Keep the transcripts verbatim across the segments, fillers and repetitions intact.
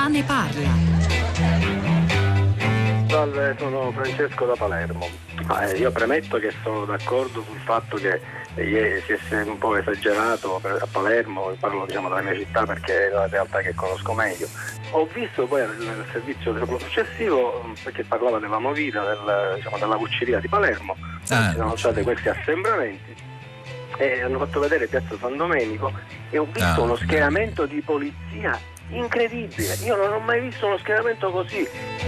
ne parla. Salve, sono Francesco da Palermo. Eh, io premetto che sono d'accordo sul fatto che eh, si è un po' esagerato per, a Palermo, parlo diciamo della mia città perché è la realtà che conosco meglio. Ho visto poi nel servizio successivo, perché parlava della movida, del, diciamo, della Vucceria di Palermo, ah. Ci sono stati questi assembramenti e hanno fatto vedere Piazza San Domenico e ho visto ah, uno schieramento di polizia incredibile. Io non ho mai visto uno schieramento così.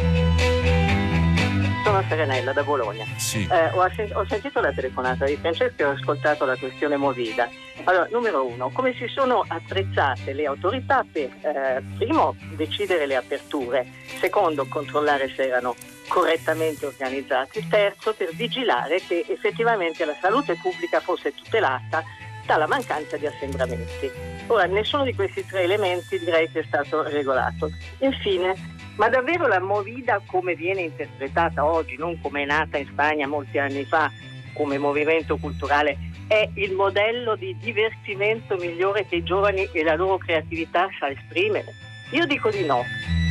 Sono Serenella da Bologna. Sì. Eh, ho, ho sentito la telefonata di Francesco e ho ascoltato la questione movida. Allora, numero uno, come si sono attrezzate le autorità per, eh, primo, decidere le aperture, secondo, controllare se erano correttamente organizzati, terzo, per vigilare che effettivamente la salute pubblica fosse tutelata dalla mancanza di assembramenti. Ora, nessuno di questi tre elementi direi che è stato regolato. Infine, ma davvero la movida come viene interpretata oggi, non come è nata in Spagna molti anni fa come movimento culturale, è il modello di divertimento migliore che i giovani e la loro creatività sa esprimere? Io dico di no.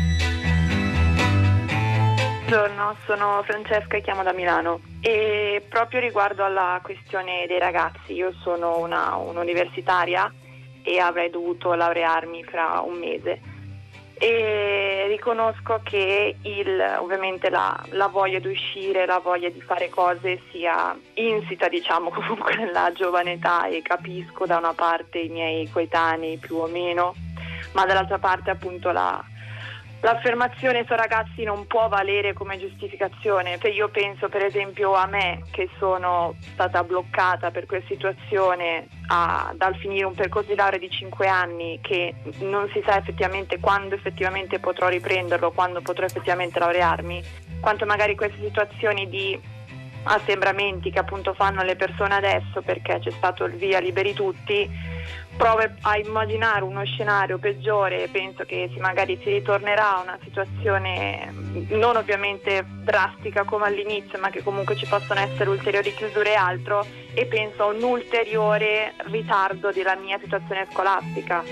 Buongiorno, sono Francesca e chiamo da Milano. E proprio riguardo alla questione dei ragazzi, io sono una, un'universitaria e avrei dovuto laurearmi fra un mese. E riconosco che il, ovviamente la, la voglia di uscire, la voglia di fare cose sia insita, diciamo, comunque nella giovane età, e capisco da una parte i miei coetanei più o meno, ma dall'altra parte appunto la, l'affermazione su ragazzi non può valere come giustificazione. Cioè, io penso per esempio a me, che sono stata bloccata per quella situazione a, dal finire un percorso di laurea di cinque anni, che non si sa effettivamente quando effettivamente potrò riprenderlo, quando potrò effettivamente laurearmi, quanto magari queste situazioni di assembramenti che appunto fanno le persone adesso perché c'è stato il via liberi tutti. Provo a immaginare uno scenario peggiore e penso che si, magari si ritornerà a una situazione non ovviamente drastica come all'inizio, ma che comunque ci possono essere ulteriori chiusure e altro, e penso a un ulteriore ritardo della mia situazione scolastica.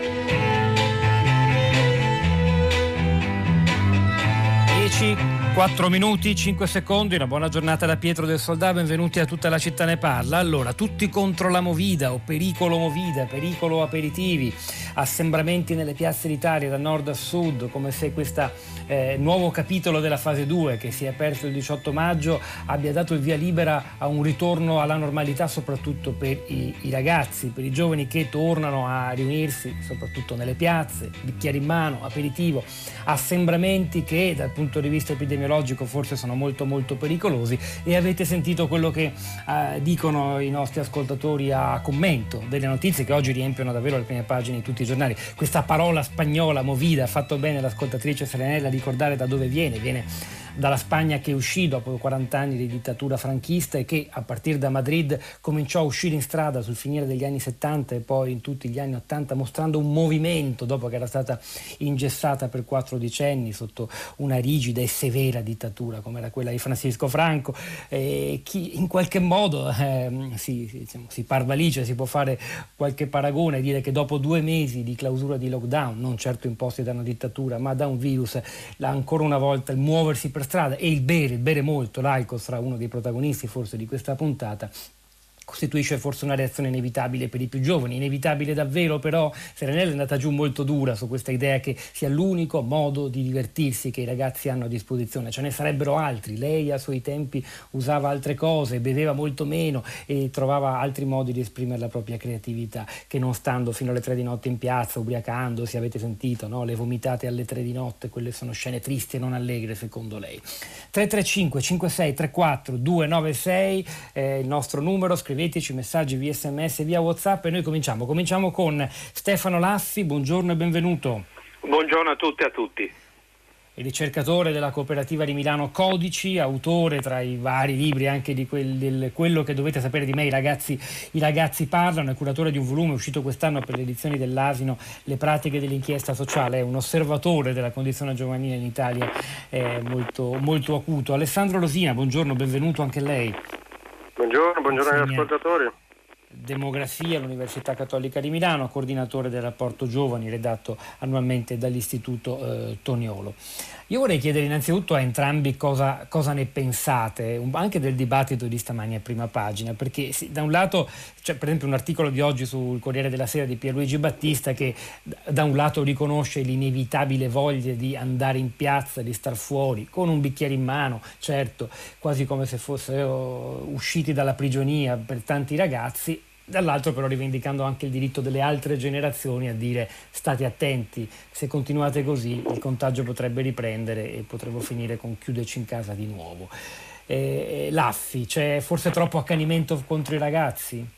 dieci, quattro minuti, cinque secondi, una buona giornata da Pietro del Soldà, benvenuti a Tutta la città ne parla. Allora, tutti contro la movida o pericolo movida, pericolo aperitivi, assembramenti nelle piazze d'Italia da nord a sud, come se questo eh, nuovo capitolo della fase due che si è aperto il diciotto maggio abbia dato il via libera a un ritorno alla normalità, soprattutto per i, i ragazzi, per i giovani che tornano a riunirsi soprattutto nelle piazze, bicchieri in mano, aperitivo, assembramenti che dal punto di vista epidemiologico forse sono molto molto pericolosi. E avete sentito quello che eh, dicono i nostri ascoltatori a commento delle notizie che oggi riempiono davvero le prime pagine di tutti i giornali. Questa parola spagnola, movida, ha fatto bene l'ascoltatrice Serenella a ricordare da dove viene, viene dalla Spagna che uscì dopo quaranta anni di dittatura franchista e che a partire da Madrid cominciò a uscire in strada sul finire degli anni settanta e poi in tutti gli anni ottanta, mostrando un movimento dopo che era stata ingessata per quattro decenni sotto una rigida e severa dittatura come era quella di Francisco Franco. E chi in qualche modo eh, si, si, diciamo, si parvalice, si può fare qualche paragone e dire che dopo due mesi di clausura, di lockdown, non certo imposti da una dittatura ma da un virus, là, ancora una volta il muoversi per strada e il bere, il bere molto, l'alcol sarà uno dei protagonisti forse di questa puntata, costituisce forse una reazione inevitabile per i più giovani, inevitabile davvero. Però Serenella è andata giù molto dura su questa idea che sia l'unico modo di divertirsi che i ragazzi hanno a disposizione, ce ne sarebbero altri. Lei a suoi tempi usava altre cose, beveva molto meno e trovava altri modi di esprimere la propria creatività che non stando fino alle tre di notte in piazza ubriacandosi. Avete sentito, no? Le vomitate alle tre di notte, quelle sono scene tristi e non allegre secondo lei. tre tre cinque cinque sei tre quattro due nove sei è il nostro numero, scriveteci messaggi via sms, via WhatsApp e noi cominciamo. Cominciamo con Stefano Lassi, buongiorno e benvenuto. Buongiorno a tutti e a tutti. Il ricercatore della cooperativa di Milano Codici, autore tra i vari libri anche di quel, del, quello che dovete sapere di me, i ragazzi, i ragazzi parlano, è curatore di un volume uscito quest'anno per le edizioni dell'Asino, Le pratiche dell'inchiesta sociale, è un osservatore della condizione giovanile in Italia eh, molto, molto acuto. Alessandro Rosina, buongiorno, benvenuto anche lei. Buongiorno, buongiorno agli ascoltatori. demografia all'Università Cattolica di Milano, coordinatore del rapporto giovani redatto annualmente dall'Istituto eh, Toniolo. Io vorrei chiedere innanzitutto a entrambi cosa, cosa ne pensate, un, anche del dibattito di stamani a prima pagina, perché sì, da un lato c'è per esempio un articolo di oggi sul Corriere della Sera di Pierluigi Battista che da un lato riconosce l'inevitabile voglia di andare in piazza, di star fuori, con un bicchiere in mano, certo, quasi come se fossero usciti dalla prigionia per tanti ragazzi, dall'altro però rivendicando anche il diritto delle altre generazioni a dire state attenti, se continuate così il contagio potrebbe riprendere e potremmo finire con chiuderci in casa di nuovo. Eh, Laffi, c'è forse troppo accanimento contro i ragazzi?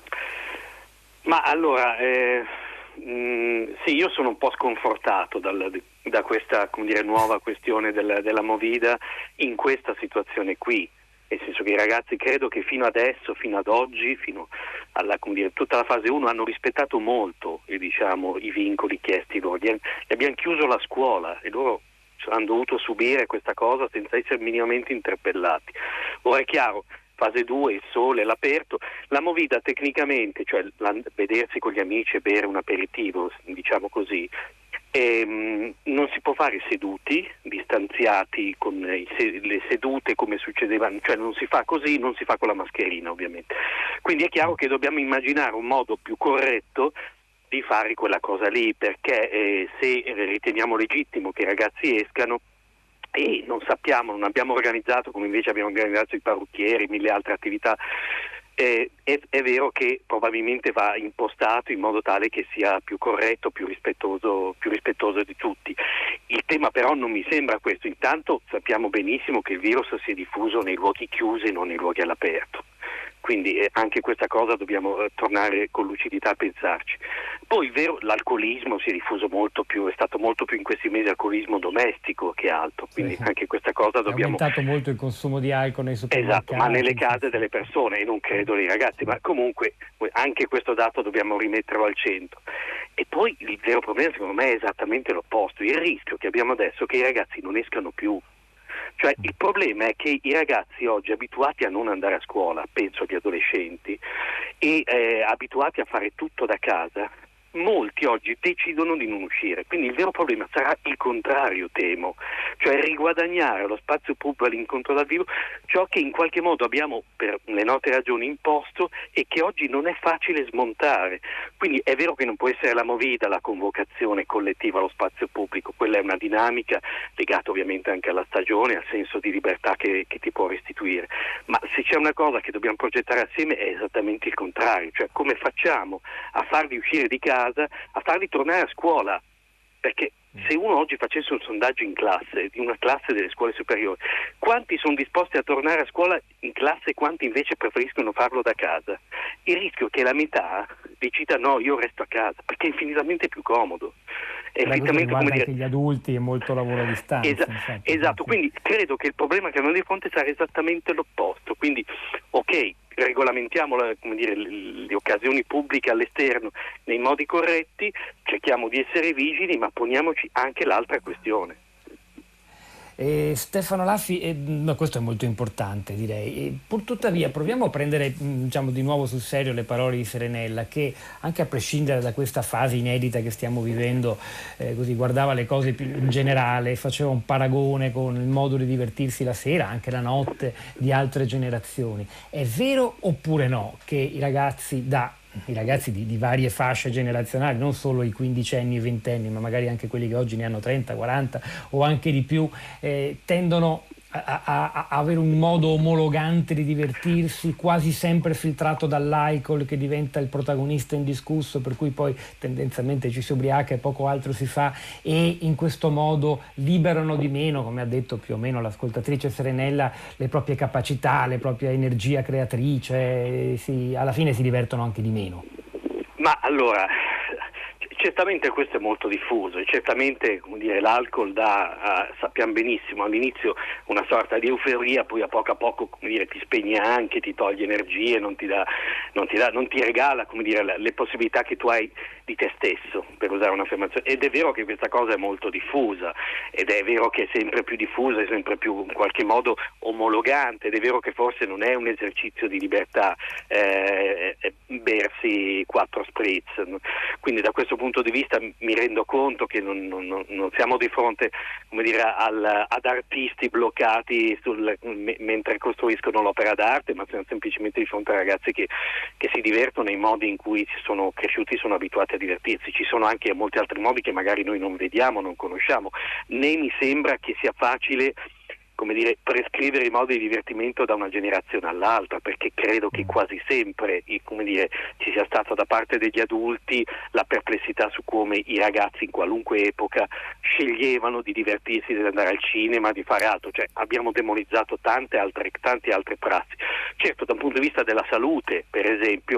Ma allora, eh, mh, sì, io sono un po' sconfortato dal, da questa, come dire, nuova questione del, della Movida in questa situazione qui. Nel senso che i ragazzi credo che fino adesso, fino ad oggi, fino alla, come dire, tutta la fase uno hanno rispettato molto eh, diciamo, i vincoli chiesti loro. Gli abbiamo chiuso la scuola e loro hanno dovuto subire questa cosa senza essere minimamente interpellati. Ora è chiaro, fase due, il sole, l'aperto, la Movida tecnicamente, cioè la, vedersi con gli amici e bere un aperitivo, diciamo così, ehm, non si può fare seduti, distanziati con i, le sedute come succedeva, cioè non si fa così, non si fa con la mascherina ovviamente. Quindi è chiaro che dobbiamo immaginare un modo più corretto di fare quella cosa lì, perché eh, se riteniamo legittimo che i ragazzi escano, e non sappiamo, non abbiamo organizzato come invece abbiamo organizzato i parrucchieri, mille altre attività, eh, è, è vero che probabilmente va impostato in modo tale che sia più corretto, più rispettoso, più rispettoso di tutti. Il tema però non mi sembra questo. Intanto sappiamo benissimo che il virus si è diffuso nei luoghi chiusi e non nei luoghi all'aperto. Quindi eh, anche questa cosa dobbiamo eh, tornare con lucidità a pensarci. Poi vero, l'alcolismo si è diffuso molto più, è stato molto più in questi mesi alcolismo domestico che altro, quindi sì, anche questa cosa dobbiamo... È aumentato molto il consumo di alcol nei supermercati. Esatto, ma nelle case delle persone, e non credo nei ragazzi, ma comunque anche questo dato dobbiamo rimetterlo al centro. E poi il vero problema secondo me è esattamente l'opposto, il rischio che abbiamo adesso è che i ragazzi non escano più. Cioè il problema è che i ragazzi oggi abituati a non andare a scuola, penso agli adolescenti, e eh, abituati a fare tutto da casa, molti oggi decidono di non uscire. Quindi il vero problema sarà il contrario, temo, cioè riguadagnare lo spazio pubblico all'incontro dal vivo, ciò che in qualche modo abbiamo per le note ragioni imposto e che oggi non è facile smontare. Quindi è vero che non può essere la Movida, la convocazione collettiva allo spazio pubblico, quella è una dinamica legata ovviamente anche alla stagione, al senso di libertà che, che ti può restituire, ma se c'è una cosa che dobbiamo progettare assieme è esattamente il contrario, cioè come facciamo a farli uscire di casa, a farli tornare a scuola, perché se uno oggi facesse un sondaggio in classe, di una classe delle scuole superiori, quanti sono disposti a tornare a scuola in classe e quanti invece preferiscono farlo da casa? Il rischio è che la metà decida no, io resto a casa, perché è infinitamente più comodo. È infinitamente, come dire, anche gli adulti e molto lavoro a distanza. Esa- infatti, esatto, quindi credo che il problema che abbiamo di fronte sarà esattamente l'opposto. Quindi, ok, regolamentiamo la, come dire, le, le occasioni pubbliche all'esterno nei modi corretti, cerchiamo di essere vigili, ma poniamoci anche l'altra questione. Eh, Stefano Laffi, eh, no, questo è molto importante direi, e pur tuttavia proviamo a prendere diciamo, di nuovo sul serio le parole di Serenella, che anche a prescindere da questa fase inedita che stiamo vivendo, eh, così guardava le cose più in generale, faceva un paragone con il modo di divertirsi la sera, anche la notte, di altre generazioni. È vero oppure no che i ragazzi da i ragazzi di, di varie fasce generazionali, non solo i quindicenni e i ventenni, ma magari anche quelli che oggi ne hanno trenta, quaranta o anche di più, eh, tendono a, a, a avere un modo omologante di divertirsi, quasi sempre filtrato dall'alcol che diventa il protagonista indiscusso, per cui poi tendenzialmente ci si ubriaca e poco altro si fa, e in questo modo liberano di meno, come ha detto più o meno l'ascoltatrice Serenella, le proprie capacità, la propria energia creatrice, si, alla fine si divertono anche di meno. Ma allora, Certamente questo è molto diffuso e certamente, come dire, l'alcol dà, uh, sappiamo benissimo, all'inizio una sorta di euforia, poi a poco a poco, come dire, ti spegne anche, ti toglie energie, non ti dà, non ti dà, non ti regala, come dire, le, le possibilità che tu hai di te stesso, per usare un'affermazione. Ed è vero che questa cosa è molto diffusa, ed è vero che è sempre più diffusa, è sempre più in qualche modo omologante, ed è vero che forse non è un esercizio di libertà eh, bersi quattro spritz. Quindi da questo punto di vista mi rendo conto che non, non, non siamo di fronte, come dire, al, ad artisti bloccati sul, me, mentre costruiscono l'opera d'arte, ma siamo semplicemente di fronte a ragazzi che, che si divertono nei modi in cui sono cresciuti, sono abituati a divertirsi. Ci sono anche molti altri modi che magari noi non vediamo, non conosciamo, né mi sembra che sia facile, come dire, prescrivere i modi di divertimento da una generazione all'altra, perché credo che quasi sempre, come dire, ci sia stata da parte degli adulti la perplessità su come i ragazzi in qualunque epoca sceglievano di divertirsi, di andare al cinema, di fare altro. Cioè abbiamo demonizzato tante altre, tante altre prassi. Certo, da un punto di vista della salute, per esempio,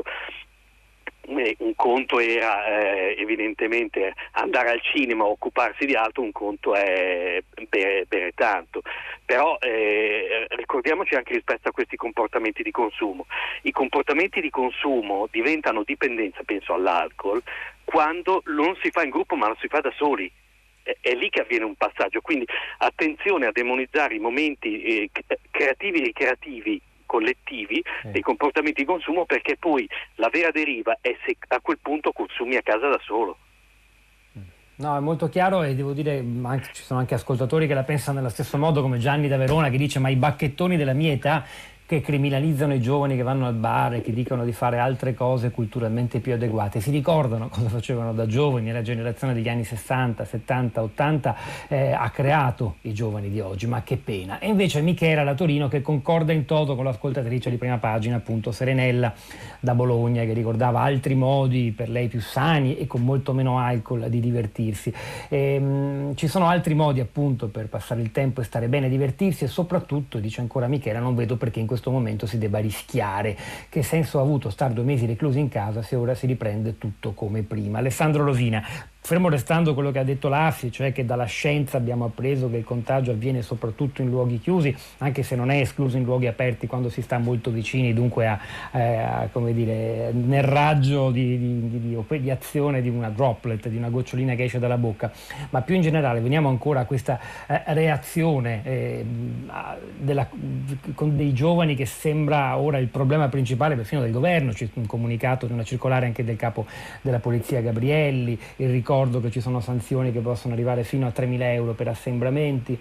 un conto era eh, evidentemente andare al cinema, occuparsi di altro, un conto è bere, bere tanto, però eh, ricordiamoci anche rispetto a questi comportamenti di consumo. I comportamenti di consumo diventano dipendenza, penso all'alcol, quando non si fa in gruppo ma lo si fa da soli. È lì che avviene un passaggio, quindi attenzione a demonizzare i momenti eh, creativi e ricreativi collettivi dei comportamenti di consumo, perché poi la vera deriva è se a quel punto consumi a casa da solo. No, è molto chiaro, e devo dire anche, ci sono anche ascoltatori che la pensano nello stesso modo, come Gianni da Verona, che dice: ma i bacchettoni della mia età che criminalizzano i giovani che vanno al bar e che dicono di fare altre cose culturalmente più adeguate, si ricordano cosa facevano da giovani? La generazione degli anni sessanta, settanta, ottanta eh, ha creato i giovani di oggi, ma che pena. E invece Michela da Torino, che concorda in toto con l'ascoltatrice di prima pagina, appunto Serenella da Bologna, che ricordava altri modi per lei più sani e con molto meno alcol di divertirsi. E, mh, ci sono altri modi appunto per passare il tempo e stare bene, divertirsi, e soprattutto, dice ancora Michela, non vedo perché in questo momento si debba rischiare. Che senso ha avuto star due mesi reclusi in casa se ora si riprende tutto come prima? Alessandro Rosina, fermo restando quello che ha detto l'A F I, cioè che dalla scienza abbiamo appreso che il contagio avviene soprattutto in luoghi chiusi, anche se non è escluso in luoghi aperti quando si sta molto vicini, dunque a, a come dire, nel raggio di, di, di, di, di azione di una droplet, di una gocciolina che esce dalla bocca. Ma più in generale veniamo ancora a questa eh, reazione eh, della, con dei giovani, che sembra ora il problema principale perfino del governo. C'è un comunicato di una circolare anche del capo della polizia Gabrielli, il ricordo che ci sono sanzioni che possono arrivare fino a tremila euro per assembramenti.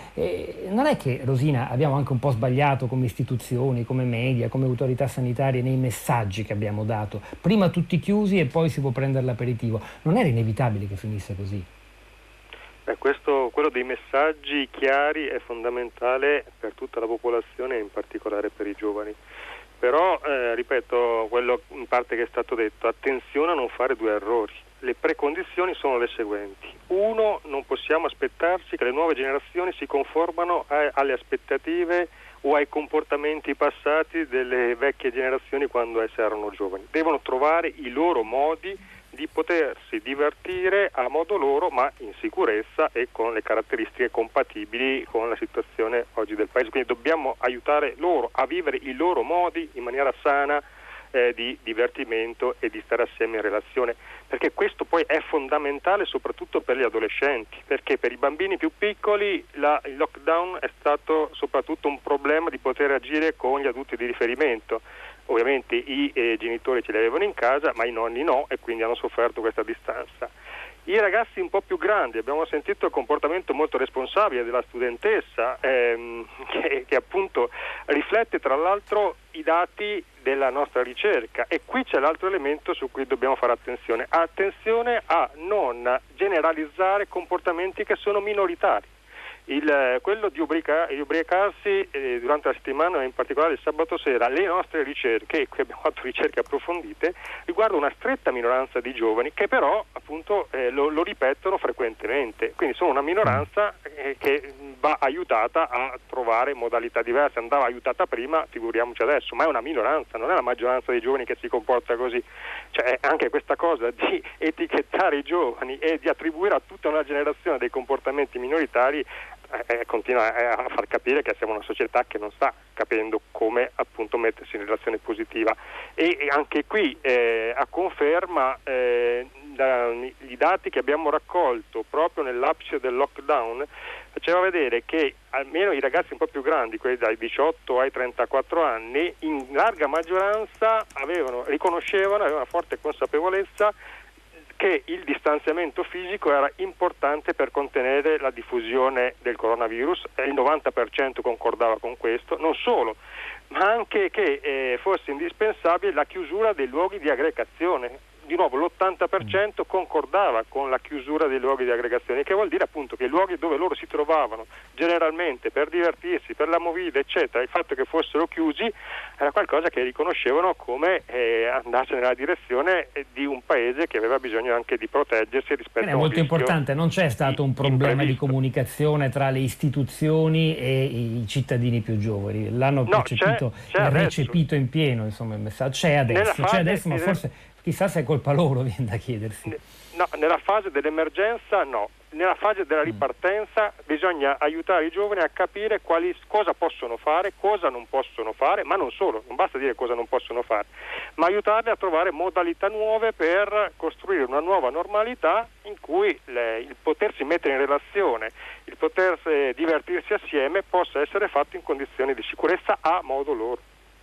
E non è che, Rosina, abbiamo anche un po' sbagliato come istituzioni, come media, come autorità sanitarie nei messaggi che abbiamo dato? Prima tutti chiusi e poi si può prendere l'aperitivo. Non era inevitabile che finisse così? Eh, questo, quello dei messaggi chiari è fondamentale per tutta la popolazione e in particolare per i giovani. Però, eh, ripeto, quello in parte che è stato detto, attenzione a non fare due errori. Le precondizioni sono le seguenti. Uno, non possiamo aspettarci che le nuove generazioni si conformano a, alle aspettative o ai comportamenti passati delle vecchie generazioni quando esse erano giovani. Devono trovare i loro modi di potersi divertire a modo loro, ma in sicurezza e con le caratteristiche compatibili con la situazione oggi del paese. Quindi dobbiamo aiutare loro a vivere i loro modi in maniera sana eh, di divertimento e di stare assieme in relazione, perché questo poi è fondamentale soprattutto per gli adolescenti, perché per i bambini più piccoli la, il lockdown è stato soprattutto un problema di poter agire con gli adulti di riferimento. Ovviamente i eh, genitori ce li avevano in casa, ma i nonni no, e quindi hanno sofferto questa distanza. I ragazzi un po' più grandi, abbiamo sentito il comportamento molto responsabile della studentessa, ehm, che, che appunto riflette tra l'altro i dati della nostra ricerca, e qui c'è l'altro elemento su cui dobbiamo fare attenzione. Attenzione a non generalizzare comportamenti che sono minoritari. Il, quello di, ubrica, di ubriacarsi eh, durante la settimana, in particolare il sabato sera, le nostre ricerche, qui abbiamo fatto ricerche approfondite, riguardano una stretta minoranza di giovani che però appunto eh, lo, lo ripetono frequentemente, quindi sono una minoranza eh, che va aiutata a trovare modalità diverse, andava aiutata prima, figuriamoci adesso, ma è una minoranza, non è la maggioranza dei giovani che si comporta così. Cioè anche questa cosa di etichettare i giovani e di attribuire a tutta una generazione dei comportamenti minoritari Eh, continua eh, a far capire che siamo una società che non sta capendo come appunto mettersi in relazione positiva e, e anche qui eh, a conferma eh, da, i dati che abbiamo raccolto proprio nell'apice del lockdown faceva vedere che almeno i ragazzi un po' più grandi, quelli dai diciotto ai trentaquattro anni, in larga maggioranza avevano, riconoscevano, avevano una forte consapevolezza che il distanziamento fisico era importante per contenere la diffusione del coronavirus e il novanta per cento concordava con questo, non solo, ma anche che eh, fosse indispensabile la chiusura dei luoghi di aggregazione. Di nuovo l'ottanta per cento concordava con la chiusura dei luoghi di aggregazione, che vuol dire appunto che i luoghi dove loro si trovavano generalmente per divertirsi, per la movida eccetera, il fatto che fossero chiusi era qualcosa che riconoscevano come eh, andasse nella direzione di un paese che aveva bisogno anche di proteggersi rispetto a un è molto rischio importante, non c'è stato un problema imprevisto. Di comunicazione tra le istituzioni e i cittadini più giovani, l'hanno No, percepito c'è, c'è e adesso. recepito in pieno, insomma il messaggio c'è adesso, Nella c'è fase- adesso ma forse chissà se è colpa loro, viene da chiedersi. No, nella fase dell'emergenza no, nella fase della ripartenza bisogna aiutare i giovani a capire quali, cosa possono fare, cosa non possono fare, ma non solo, non basta dire cosa non possono fare, ma aiutarli a trovare modalità nuove per costruire una nuova normalità in cui le, il potersi mettere in relazione, il potersi divertirsi assieme possa essere fatto in condizioni di sicurezza a modo loro.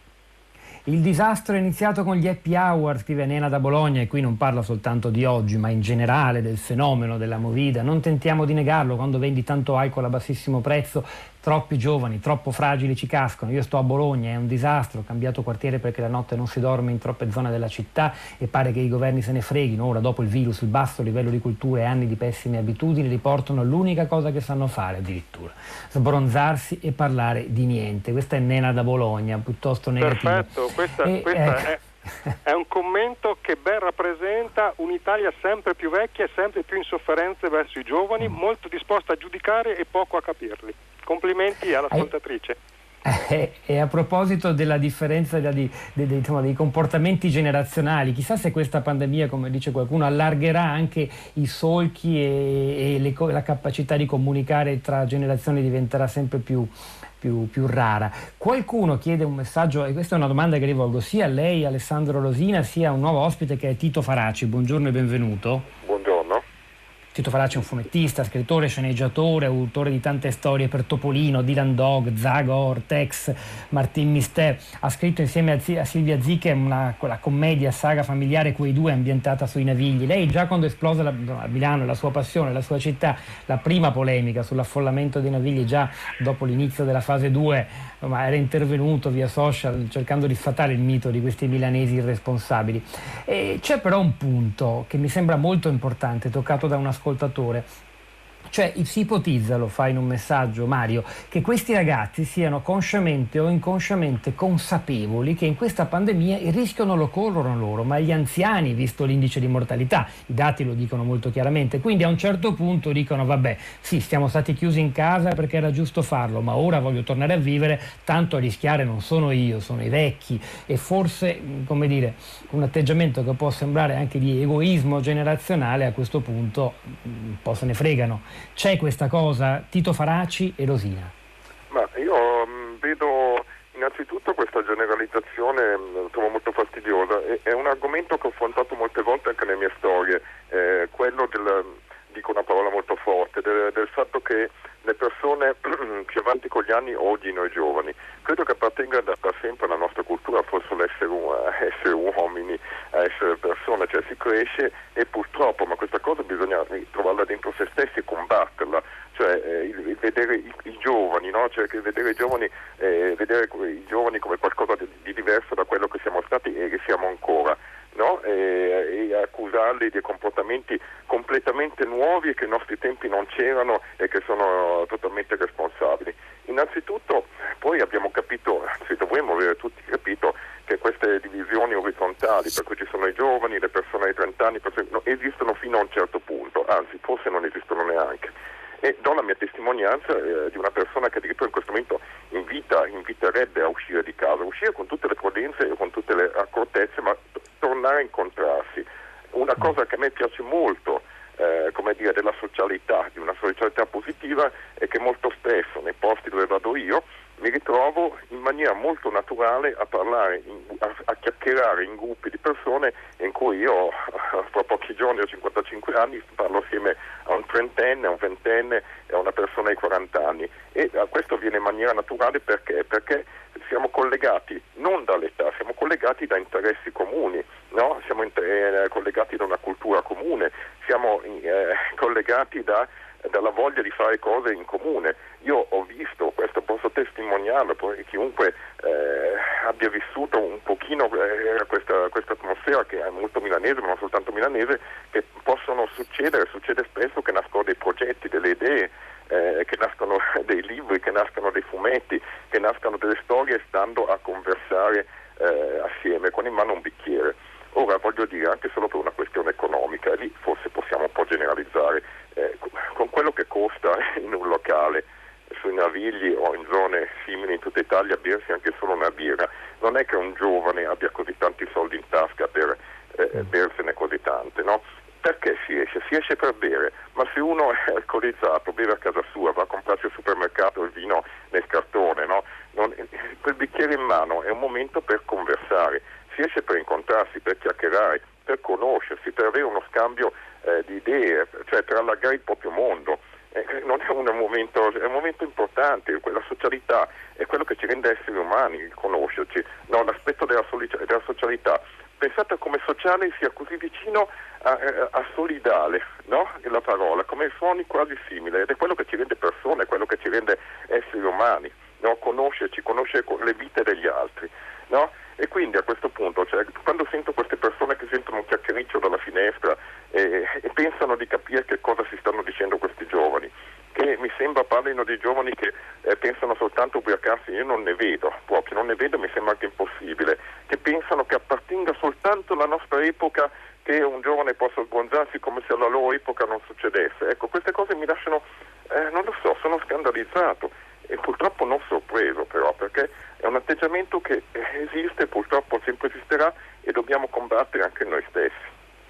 Il disastro è iniziato con gli happy hour, scrive Nena da Bologna, e qui non parla soltanto di oggi, ma in generale del fenomeno della movida. Non tentiamo di negarlo, quando vendi tanto alcol a bassissimo prezzo, troppi giovani, troppo fragili ci cascano. Io sto a Bologna, è un disastro, ho cambiato quartiere perché la notte non si dorme in troppe zone della città e pare che i governi se ne freghino. Ora, dopo il virus, il basso livello di cultura e anni di pessime abitudini li portano all'unica cosa che sanno fare addirittura, sbronzarsi e parlare di niente. Questa è Nena da Bologna, piuttosto negativo. Perfetto, questa, e, questa eh, è... È un commento che ben rappresenta un'Italia sempre più vecchia e sempre più in sofferenze verso i giovani, molto disposta a giudicare e poco a capirli. Complimenti all'ascoltatrice. Eh, e a proposito della differenza di, di, di, insomma, dei comportamenti generazionali, chissà se questa pandemia, come dice qualcuno, allargherà anche i solchi e, e le, la capacità di comunicare tra generazioni diventerà sempre più Più, più rara. Qualcuno chiede un messaggio, e questa è una domanda che rivolgo sia a lei, Alessandro Rosina, sia a un nuovo ospite che è Tito Faraci. Buongiorno e benvenuto. Buongiorno. Tito Faraci è un fumettista, scrittore, sceneggiatore, autore di tante storie per Topolino, Dylan Dog, Zagor, Tex, Martin Mister. Ha scritto insieme a, Z- a Silvia Zicche una quella commedia saga familiare Quei due, ambientata sui Navigli. Lei già quando esplosa la, a Milano la sua passione, la sua città, la prima polemica sull'affollamento dei Navigli, già dopo l'inizio della fase due, ma era intervenuto via social cercando di sfatare il mito di questi milanesi irresponsabili. E c'è però un punto che mi sembra molto importante, toccato da un ascoltatore. Cioè si ipotizza, lo fa in un messaggio Mario, che questi ragazzi siano consciamente o inconsciamente consapevoli che in questa pandemia il rischio non lo corrono loro, ma gli anziani, visto l'indice di mortalità. I dati lo dicono molto chiaramente. Quindi a un certo punto dicono vabbè, sì, siamo stati chiusi in casa perché era giusto farlo, ma ora voglio tornare a vivere, tanto a rischiare non sono io, sono i vecchi. E forse, come dire, un atteggiamento che può sembrare anche di egoismo generazionale, a questo punto un po' se ne fregano. C'è questa cosa, Tito Faraci e Rosina? Ma io mh, vedo innanzitutto questa generalizzazione, mh, trovo molto fastidiosa. E, è un argomento che ho affrontato molte volte anche nelle mie storie, eh, quello del, dico una parola molto forte, del, del fatto che le persone più avanti con gli anni odino i giovani. Credo che appartenga da, da sempre alla nostra cultura, forse l'essere essere uomini, a essere persone, cioè si cresce e purtroppo, ma questa cosa bisogna trovarla dentro se stessi e combatterla, cioè eh, il, il vedere i, i giovani, no? Cioè che vedere i giovani, eh, vedere i giovani come qualcosa di, di diverso da quello che siamo stati e che siamo ancora. no? e, e accusarli di comportamenti completamente nuovi e che ai nostri tempi non c'erano e che sono totalmente responsabili. Innanzitutto poi abbiamo capito, anzi dovremmo avere tutti capito, che queste divisioni orizzontali, per cui ci sono i giovani, le persone di trenta anni, no, esistono fino a un certo punto, anzi forse non esistono neanche. E do la mia testimonianza eh, di una persona che addirittura in questo momento invita, inviterebbe a uscire di casa, uscire con tutte le prudenze e con tutte le accortezze, ma t- tornare a incontrarsi. Una cosa che a me piace molto, eh, come dire, della socialità, di una socialità positiva, è che molto spesso nei posti dove vado io mi ritrovo in maniera molto naturale a parlare, in, a, a chiacchierare in gruppi di persone in cui io fra pochi giorni ho cinquantacinque anni, parlo assieme a un trentenne, a un ventenne e a una persona di quaranta anni, e a questo avviene in maniera naturale perché? Perché siamo collegati non dall'età, siamo collegati da interessi comuni, no? Siamo inter- collegati da una cultura comune, siamo eh, collegati da dalla voglia di fare cose in comune. Io ho visto, questo posso testimoniarlo, poi chiunque eh, abbia vissuto un pochino eh, questa, questa atmosfera che è molto milanese, ma non soltanto milanese, che possono succedere, succede spesso che nascono dei progetti, delle idee, eh, che nascono dei libri, che nascono dei fumetti, che nascono delle storie stando a conversare eh, assieme con in mano un bicchiere. Ora voglio dire, anche solo per una questione economica, e lì forse possiamo un po' generalizzare, eh, con quello che costa in un locale, sui Navigli o in zone simili in tutta Italia, bersi anche solo una birra, non è che un giovane abbia così tanti soldi in tasca per eh, bersene così tante, no? Perché si esce? Si esce per bere, ma se uno è alcolizzato, beve a casa sua, va a comprarsi al supermercato il vino nel cartone, no? Non, quel bicchiere in mano è un momento per conversare, si esce per incontrarsi, per chiacchierare, per conoscersi, per avere uno scambio eh, di idee, cioè per allargare il proprio mondo. Eh, non è un momento, è un momento importante, quella socialità è quello che ci rende esseri umani, il conoscerci, no, l'aspetto della, soli- della socialità. Pensate a come sociale sia così vicino a, a solidale, no? La parola, come suoni quasi simile, ed è quello che ci rende persone, è quello che ci rende esseri umani, no? Conoscerci, conoscere le vite degli altri, no? E quindi a questo punto, cioè, quando sento queste persone che sentono un chiacchiericcio dalla finestra e, e pensano di capire che cosa si stanno dicendo questi giovani, che mi sembra parlino di giovani che eh, pensano soltanto a ubriacarsi, io non ne vedo proprio, non ne vedo, mi sembra anche impossibile, che pensano che appartenga soltanto alla nostra epoca, che un giovane possa sgonzarsi come se alla loro epoca non succedesse. Ecco, queste cose mi lasciano, eh, non lo so, sono scandalizzato e purtroppo non sorpreso però, perché è un atteggiamento che esiste, purtroppo sempre esisterà e dobbiamo combattere anche noi stessi.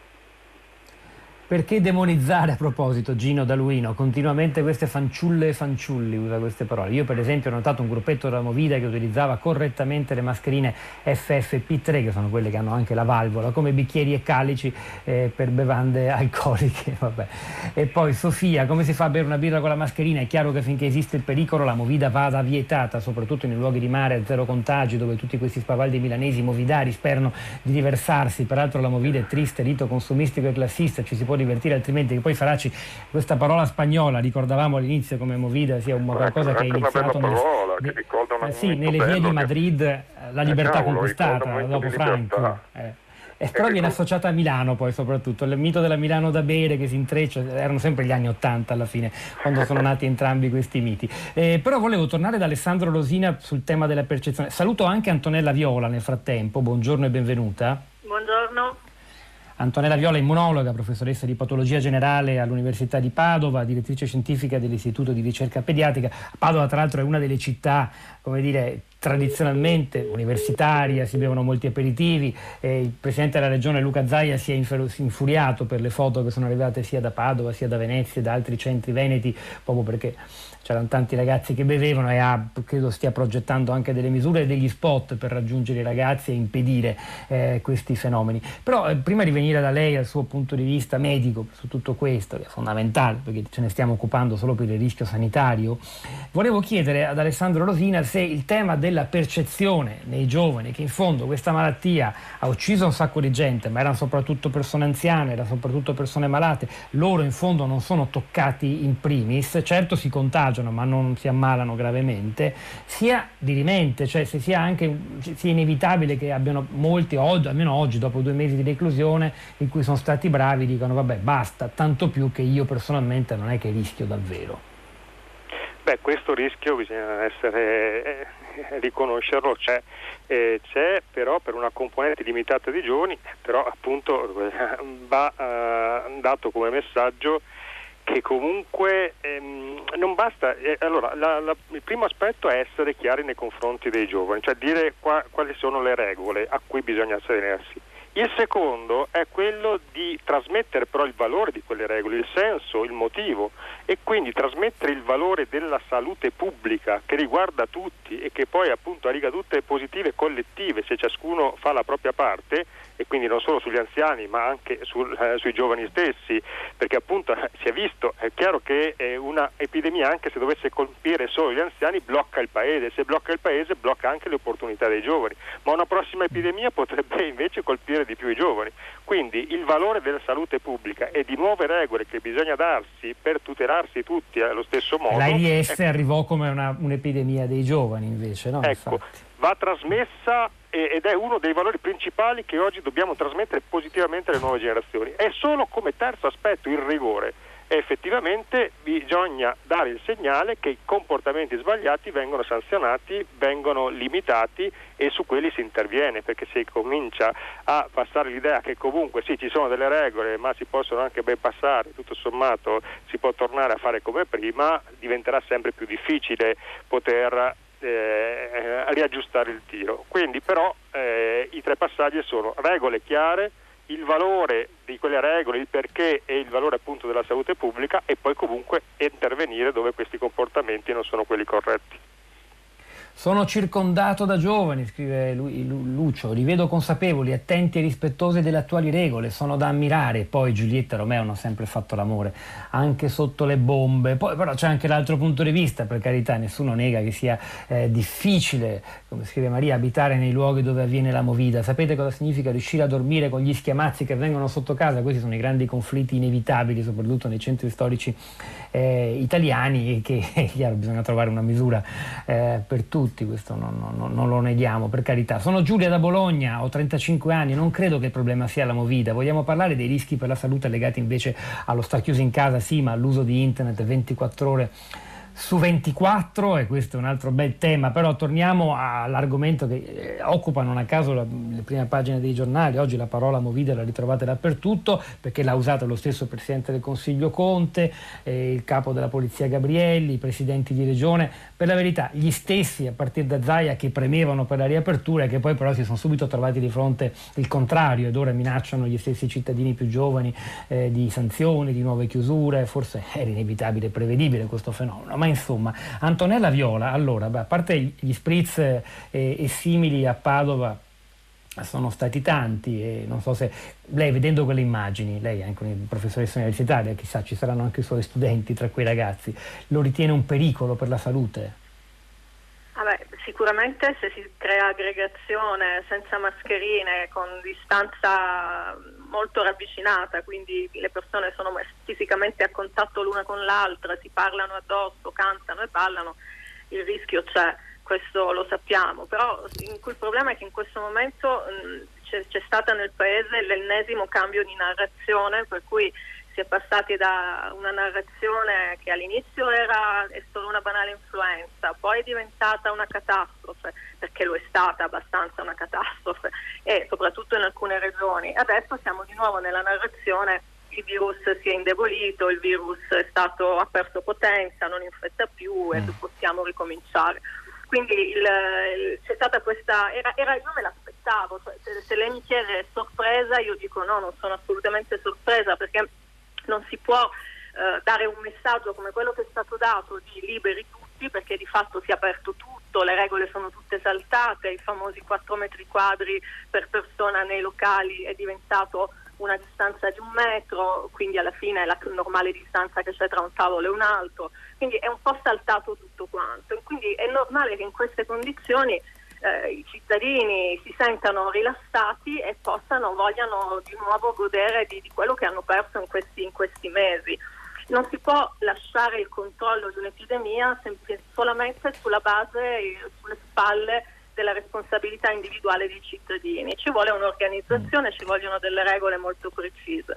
Perché demonizzare, a proposito, Gino Daluino, continuamente queste fanciulle e fanciulli, usa queste parole? Io per esempio ho notato un gruppetto della Movida che utilizzava correttamente le mascherine F F P tre, che sono quelle che hanno anche la valvola, come bicchieri e calici eh, per bevande alcoliche. Vabbè. E poi Sofia, come si fa a bere una birra con la mascherina? È chiaro che finché esiste il pericolo la Movida vada vietata, soprattutto nei luoghi di mare a zero contagi, dove tutti questi spavaldi milanesi movidari sperano di diversarsi. Peraltro la Movida è triste, rito consumistico e classista, ci si può divertire, altrimenti che poi Faraci, questa parola spagnola, ricordavamo all'inizio come Movida sia una qualcosa che è iniziato una parola, nel, che ricorda eh, sì, nelle vie di Madrid, che, la libertà eh, cavolo, conquistata dopo Franco. Eh. E però viene associata a Milano poi soprattutto, il mito della Milano da bere che si intreccia, erano sempre gli anni Ottanta alla fine, quando sono nati entrambi questi miti. Eh, però volevo tornare da Alessandro Rosina sul tema della percezione. Saluto anche Antonella Viola nel frattempo, buongiorno e benvenuta. Buongiorno. Antonella Viola, immunologa, professoressa di patologia generale all'Università di Padova, direttrice scientifica dell'Istituto di Ricerca Pediatrica. Padova tra l'altro è una delle città, come dire, tradizionalmente universitaria, si bevono molti aperitivi, eh, il presidente della regione Luca Zaia si è infuriato per le foto che sono arrivate sia da Padova sia da Venezia e da altri centri veneti, proprio perché c'erano tanti ragazzi che bevevano e ha, credo stia progettando anche delle misure e degli spot per raggiungere i ragazzi e impedire eh, questi fenomeni. Però eh, prima di venire da lei al suo punto di vista medico su tutto questo, che è fondamentale perché ce ne stiamo occupando solo per il rischio sanitario, volevo chiedere ad Alessandro Rosina se il tema della percezione nei giovani, che in fondo questa malattia ha ucciso un sacco di gente, ma erano soprattutto persone anziane, erano soprattutto persone malate, loro in fondo non sono toccati in primis, certo si contagiano, contagiano ma non si ammalano gravemente, sia dirimente, cioè se sia anche sia inevitabile che abbiano molti, oggi, almeno oggi, dopo due mesi di reclusione in cui sono stati bravi, dicono vabbè basta, tanto più che io personalmente non è che rischio davvero. Beh, questo rischio bisogna essere, eh, riconoscerlo, c'è, eh, c'è però per una componente limitata di giovani, però appunto va eh, dato come messaggio che comunque ehm, non basta, eh, allora la, la, il primo aspetto è essere chiari nei confronti dei giovani, cioè dire qua, quali sono le regole a cui bisogna attenersi. Il secondo è quello di trasmettere però il valore di quelle regole, il senso, il motivo, e quindi trasmettere il valore della salute pubblica che riguarda tutti e che poi appunto ha ricadute positive collettive se ciascuno fa la propria parte, e quindi non solo sugli anziani ma anche sul, eh, sui giovani stessi, perché appunto si è visto, è chiaro che eh, una epidemia, anche se dovesse colpire solo gli anziani, blocca il paese, se blocca il paese blocca anche le opportunità dei giovani, ma una prossima epidemia potrebbe invece colpire di più i giovani. Quindi il valore della salute pubblica e di nuove regole che bisogna darsi per tutelarsi tutti allo stesso modo. L'AIDS è... arrivò come una, un'epidemia dei giovani invece, no? Ecco, infatti. Va trasmessa ed è uno dei valori principali che oggi dobbiamo trasmettere positivamente alle nuove generazioni. È solo come terzo aspetto il rigore. E effettivamente bisogna dare il segnale che i comportamenti sbagliati vengono sanzionati, vengono limitati e su quelli si interviene, perché se comincia a passare l'idea che comunque sì, ci sono delle regole ma si possono anche ben passare, tutto sommato si può tornare a fare come prima, diventerà sempre più difficile poter eh, riaggiustare il tiro. Quindi però eh, i tre passaggi sono regole chiare, il valore di quelle regole, il perché e il valore appunto della salute pubblica, e poi comunque intervenire dove questi comportamenti non sono quelli corretti. Sono circondato da giovani, scrive Lucio, li vedo consapevoli, attenti e rispettosi delle attuali regole, sono da ammirare. Poi Giulietta e Romeo hanno sempre fatto l'amore, anche sotto le bombe. Poi però c'è anche l'altro punto di vista, per carità, nessuno nega che sia eh, difficile, come scrive Maria, abitare nei luoghi dove avviene la movida. Sapete cosa significa riuscire a dormire con gli schiamazzi che vengono sotto casa? Questi sono i grandi conflitti inevitabili, soprattutto nei centri storici eh, italiani, e che è chiaro, bisogna trovare una misura eh, per tutti. Questo non, non, non lo neghiamo, per carità. Sono Giulia da Bologna, ho trentacinque anni, non credo che il problema sia la movida. Vogliamo parlare dei rischi per la salute legati invece allo star chiuso in casa, sì, ma all'uso di internet ventiquattro ore su ventiquattro, e questo è un altro bel tema. Però torniamo all'argomento che eh, occupa non a caso la, le prime pagine dei giornali. Oggi la parola movida la ritrovate dappertutto, perché l'ha usata lo stesso Presidente del Consiglio Conte, eh, il capo della Polizia Gabrielli, i presidenti di regione, per la verità gli stessi a partire da Zaia che premevano per la riapertura e che poi però si sono subito trovati di fronte il contrario, ed ora minacciano gli stessi cittadini più giovani eh, di sanzioni, di nuove chiusure. Forse era inevitabile e prevedibile questo fenomeno. Ma insomma, Antonella Viola, allora, beh, a parte gli spritz e, e simili a Padova sono stati tanti, e non so se lei, vedendo quelle immagini, lei è anche una professoressa universitaria, chissà, ci saranno anche i suoi studenti tra quei ragazzi, lo ritiene un pericolo per la salute? Ah beh, sicuramente se si crea aggregazione senza mascherine, con distanza molto ravvicinata, quindi le persone sono fisicamente a contatto l'una con l'altra, si parlano addosso, cantano e ballano, il rischio c'è, questo lo sappiamo. Però il problema è che in questo momento mh, c'è, c'è stata nel paese l'ennesimo cambio di narrazione, per cui si è passati da una narrazione che all'inizio era è solo una banale influenza, poi è diventata una catastrofe, perché lo è stata abbastanza una catastrofe, e soprattutto in alcune regioni. Adesso siamo di nuovo nella narrazione: il virus si è indebolito, il virus è stato, ha perso potenza, non infetta più e possiamo ricominciare. Quindi il, il, c'è stata questa, era, era, io me l'aspettavo, cioè, se, se lei mi chiede sorpresa, io dico no, non sono assolutamente sorpresa, perché non si può eh, dare un messaggio come quello che è stato dato di liberi tutti, perché di fatto si è aperto tutto, le regole sono tutte saltate, i famosi quattro metri quadri per persona nei locali è diventato una distanza di un metro, quindi alla fine è la normale distanza che c'è tra un tavolo e un altro, quindi è un po' saltato tutto quanto, quindi è normale che in queste condizioni eh, i cittadini si sentano rilassati e possano, vogliano di nuovo godere di, di quello che hanno perso in questi, in questi mesi. non si può lasciare il controllo di un'epidemia sem- solamente sulla base, sulle spalle della responsabilità individuale dei cittadini. Ci vuole un'organizzazione, ci vogliono delle regole molto precise.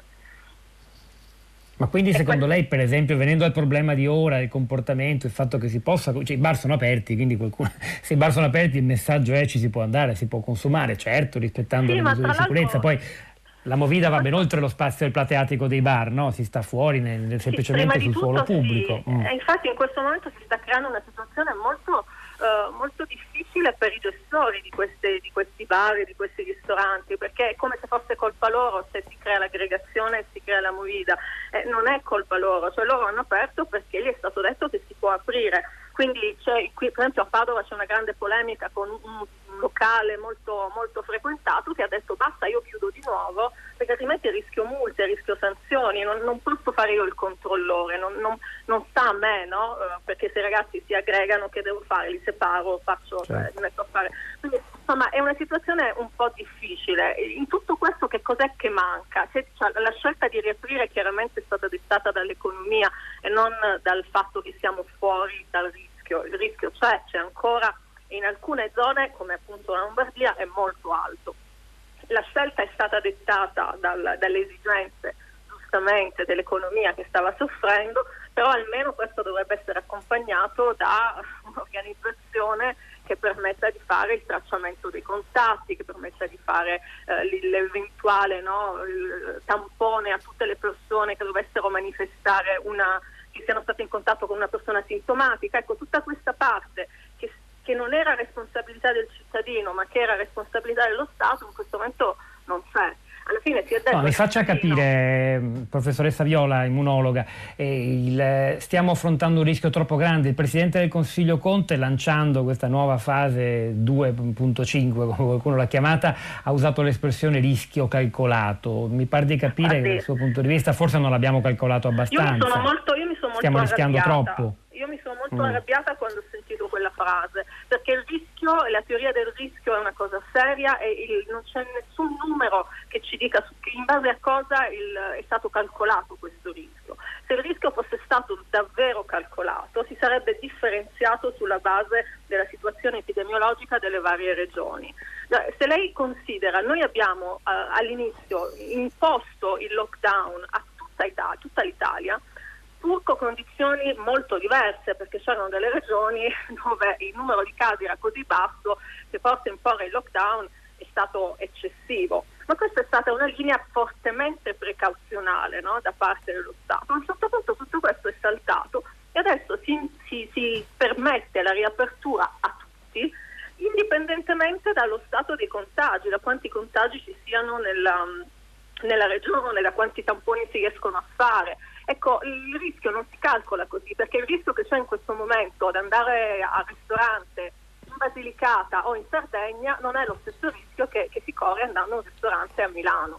Ma quindi secondo lei, per esempio, venendo al problema di ora, il comportamento, il fatto che si possa, cioè i bar sono aperti, quindi qualcuno, se i bar sono aperti il messaggio è ci si può andare, si può consumare, certo, rispettando sì, le misure di sicurezza, poi la movida va ben oltre lo spazio del plateatico dei bar, no? Si sta fuori nel, semplicemente sì, sul suolo tutto, pubblico. Sì. Mm. E infatti in questo momento si sta creando una situazione molto Uh, molto difficile per i gestori di, queste, di questi bar e di questi ristoranti, perché è come se fosse colpa loro se si crea l'aggregazione e si crea la movida. Eh, non è colpa loro, cioè loro hanno aperto perché gli è stato detto che si può aprire. Quindi c'è, qui per esempio a Padova c'è una grande polemica con un, un locale molto, molto frequentato che ha detto basta, io chiudo di nuovo perché altrimenti rischio multe, rischio sanzioni, non, non posso fare io il controllore, non, non, non sta a me, no? Uh, perché se i ragazzi si aggregano che devo fare? Li separo, faccio, certo. eh, mi metto a fare. Quindi insomma è una situazione un po' difficile. In tutto questo che cos'è che manca? Se, cioè, la scelta di riaprire chiaramente è stata dettata dall'economia e non dal fatto che siamo fuori dal rischio. Il rischio c'è, c'è ancora, in alcune zone come appunto la Lombardia è molto alto. La scelta è stata dettata dal, dalle esigenze giustamente dell'economia che stava soffrendo, però almeno questo dovrebbe essere accompagnato da un'organizzazione che permetta di fare il tracciamento dei contatti, che permetta di fare eh, l'eventuale no, il tampone a tutte le persone che dovessero manifestare una che siano state in contatto con una persona sintomatica. Ecco, tutta questa parte che, che non era responsabilità del cittadino ma che era responsabilità dello Stato in questo momento non c'è. Alla fine si è detto... No, mi faccia capire, professoressa Viola, immunologa, eh, il, stiamo affrontando un rischio troppo grande. Il Presidente del Consiglio Conte, lanciando questa nuova fase due punto cinque, come qualcuno l'ha chiamata, ha usato l'espressione rischio calcolato. Mi pare di capire ah, che dal suo punto di vista forse non l'abbiamo calcolato abbastanza. Io mi sono molto, io mi sono molto stiamo rischiando troppo. Io mi sono molto mm. arrabbiata quando ho sentito quella frase, perché il rischio, la teoria del rischio è una cosa seria e il, non c'è nessun numero che ci dica su, che in base a cosa il, è stato calcolato questo rischio. Se il rischio fosse stato davvero calcolato si sarebbe differenziato sulla base della situazione epidemiologica delle varie regioni. Se lei considera, noi abbiamo uh, all'inizio imposto il lockdown a tutta, Italia, tutta l'Italia, pur con condizioni molto diverse, perché c'erano delle regioni dove il numero di casi era così basso che forse imporre il lockdown è stato eccessivo. Ma questa è stata una linea fortemente precauzionale, no, da parte dello Stato. A un certo punto tutto questo è saltato e adesso si, si, si permette la riapertura a tutti, indipendentemente dallo stato dei contagi, da quanti contagi ci siano nella, nella regione, da quanti tamponi si riescono a fare. Ecco, il rischio non si calcola così, perché il rischio che c'è in questo momento ad andare al ristorante in Basilicata o in Sardegna non è lo stesso rischio che, che si corre andando a un ristorante a Milano.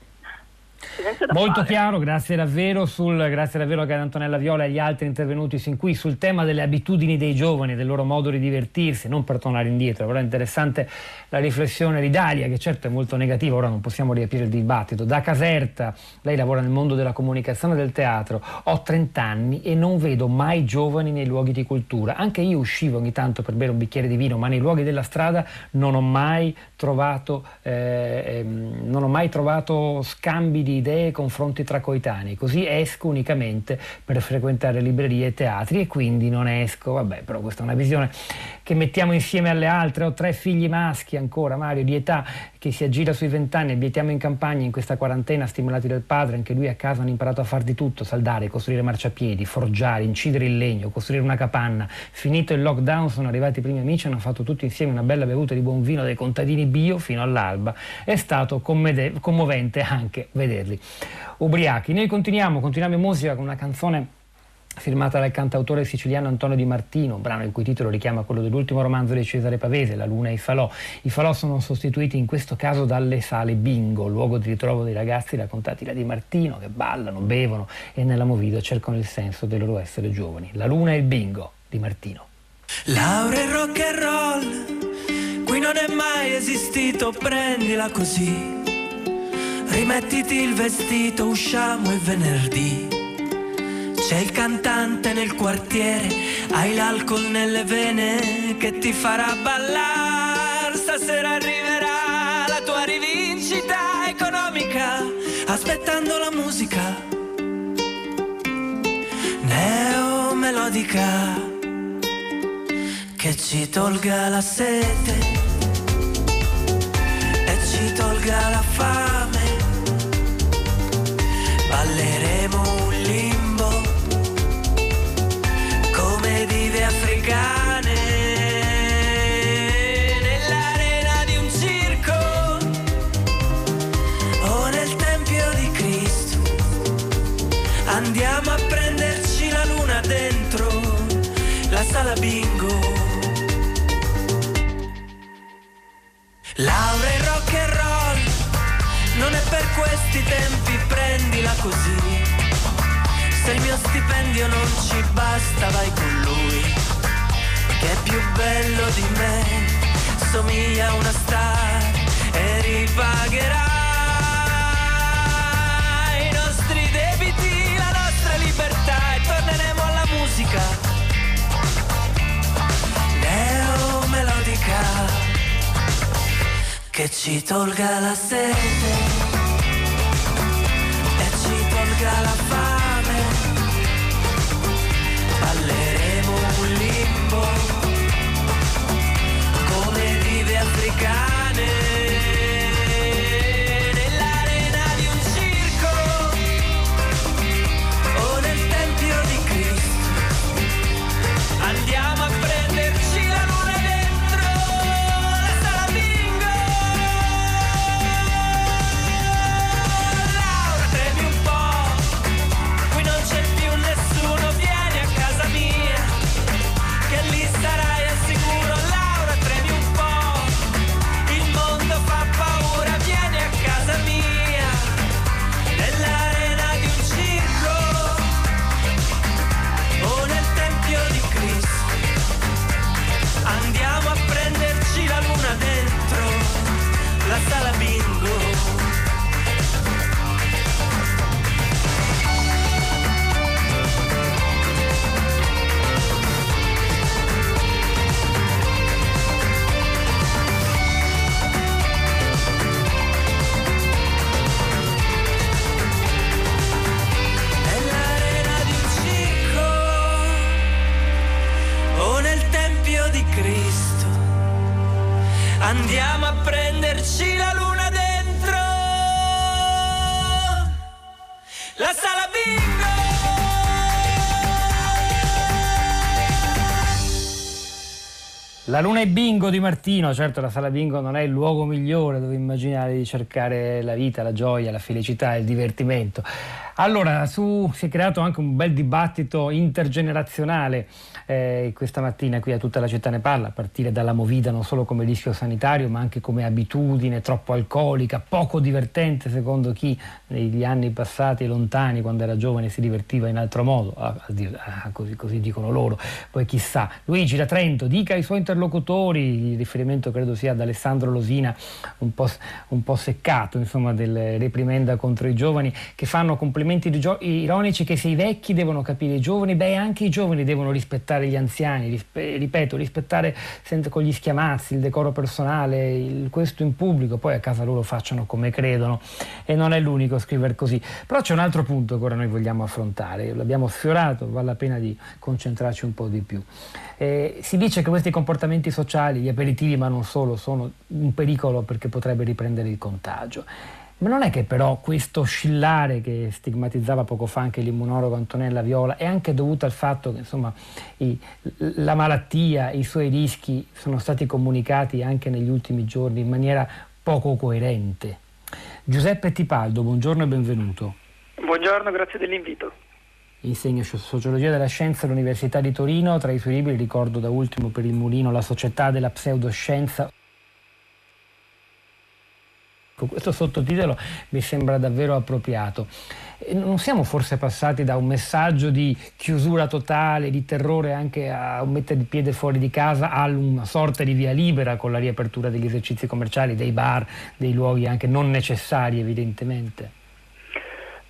Molto fare. chiaro, grazie davvero, sul, grazie davvero a Antonella Viola e agli altri intervenuti sin qui sul tema delle abitudini dei giovani, del loro modo di divertirsi, non per tornare indietro, però è interessante la riflessione di Dalia, che certo è molto negativa, ora non possiamo riaprire il dibattito. Da Caserta, lei lavora nel mondo della comunicazione e del teatro, ho trenta anni e non vedo mai giovani nei luoghi di cultura, anche io uscivo ogni tanto per bere un bicchiere di vino, ma nei luoghi della strada non ho mai trovato, eh, non ho mai trovato scambi di idee, confronti tra coetanei, così esco unicamente per frequentare librerie e teatri e quindi non esco, vabbè, però questa è una visione che mettiamo insieme alle altre. Ho tre figli maschi ancora, Mario, di età che si aggira sui vent'anni, abitiamo in campagna in questa quarantena stimolati dal padre, anche lui a casa hanno imparato a far di tutto, saldare, costruire marciapiedi, forgiare, incidere il legno, costruire una capanna. Finito il lockdown sono arrivati i primi amici, hanno fatto tutti insieme una bella bevuta di buon vino dai contadini bio fino all'alba, è stato commede- commovente anche vederli ubriachi. Noi continuiamo, continuiamo in musica con una canzone firmata dal cantautore siciliano Antonio Di Martino, un brano il cui titolo richiama quello dell'ultimo romanzo di Cesare Pavese, La Luna e i falò. I falò sono sostituiti in questo caso dalle sale bingo, luogo di ritrovo dei ragazzi raccontati da Di Martino, che ballano, bevono e nella movida cercano il senso del loro essere giovani. La Luna e il bingo, Di Martino. Laurea e rock and roll, qui non è mai esistito, prendila così. Rimettiti il vestito, usciamo è venerdì. C'è il cantante nel quartiere, hai l'alcol nelle vene che ti farà ballare. Stasera arriverà la tua rivincita economica, aspettando la musica neomelodica che ci tolga la sete e ci tolga la fame. Balleremo un limbo come dive africane nell'arena di un circo o nel tempio di Cristo. Andiamo a prenderci la luna dentro la sala bingo. Laurea in rock and roll, non è per questi tempi, prendila così. Se il mio stipendio non ci basta, vai con lui, che è più bello di me, somiglia a una star e ripagherà i nostri debiti, la nostra libertà, e torneremo alla musica neomelodica che ci tolga la sete e ci tolga la fame. Balleremo un limbo come dive africane nell'arena di un circo o nel tempio di Cristo. Andiamo a prenderci la luna dentro la sala bingo. Laura, tremi un po', qui non c'è più nessuno, vieni a casa mia, che lì sarai al sicuro. Laura, tremi un po', il mondo fa paura, vieni a casa mia, nell'arena di un circo o nel tempio di Cristo. Andiamo a prenderci la luna dentro la sala bingo. Nell'arena di un circo o nel tempio di Cristo. Andiamo a prenderci la luna dentro la sala bingo. La luna è bingo di Martino. Certo, la sala bingo non è il luogo migliore dove immaginare di cercare la vita, la gioia, la felicità e il divertimento. Allora, su, si è creato anche un bel dibattito intergenerazionale eh, questa mattina qui a Tutta la città ne parla, a partire dalla movida non solo come rischio sanitario ma anche come abitudine troppo alcolica, poco divertente secondo chi negli anni passati e lontani, quando era giovane, si divertiva in altro modo, ah, ah, così, così dicono loro, poi chissà. Luigi da Trento dica ai suoi interlocutori, il riferimento credo sia ad Alessandro Losina, un po', un po' seccato insomma, del reprimenda contro i giovani, che fanno complimenti ironici che se i vecchi devono capire i giovani, beh anche i giovani devono rispettare gli anziani, rispe- ripeto, rispettare senza, con gli schiamazzi, il decoro personale, il, questo in pubblico, poi a casa loro facciano come credono, e non è l'unico a scrivere così. Però c'è un altro punto che ora noi vogliamo affrontare, l'abbiamo sfiorato, vale la pena di concentrarci un po' di più. Eh, si dice che questi comportamenti sociali, gli aperitivi ma non solo, sono un pericolo perché potrebbe riprendere il contagio. Ma non è che però questo oscillare che stigmatizzava poco fa anche l'immunologo Antonella Viola è anche dovuto al fatto che insomma i, la malattia, i suoi rischi sono stati comunicati anche negli ultimi giorni in maniera poco coerente. Giuseppe Tipaldo, buongiorno e benvenuto. Buongiorno, grazie dell'invito. Insegna sociologia della scienza all'Università di Torino, tra i suoi libri ricordo da ultimo per il Mulino La società della pseudoscienza. Questo sottotitolo mi sembra davvero appropriato. Non siamo forse passati da un messaggio di chiusura totale, di terrore anche a mettere il piede fuori di casa, a una sorta di via libera con la riapertura degli esercizi commerciali, dei bar, dei luoghi anche non necessari evidentemente?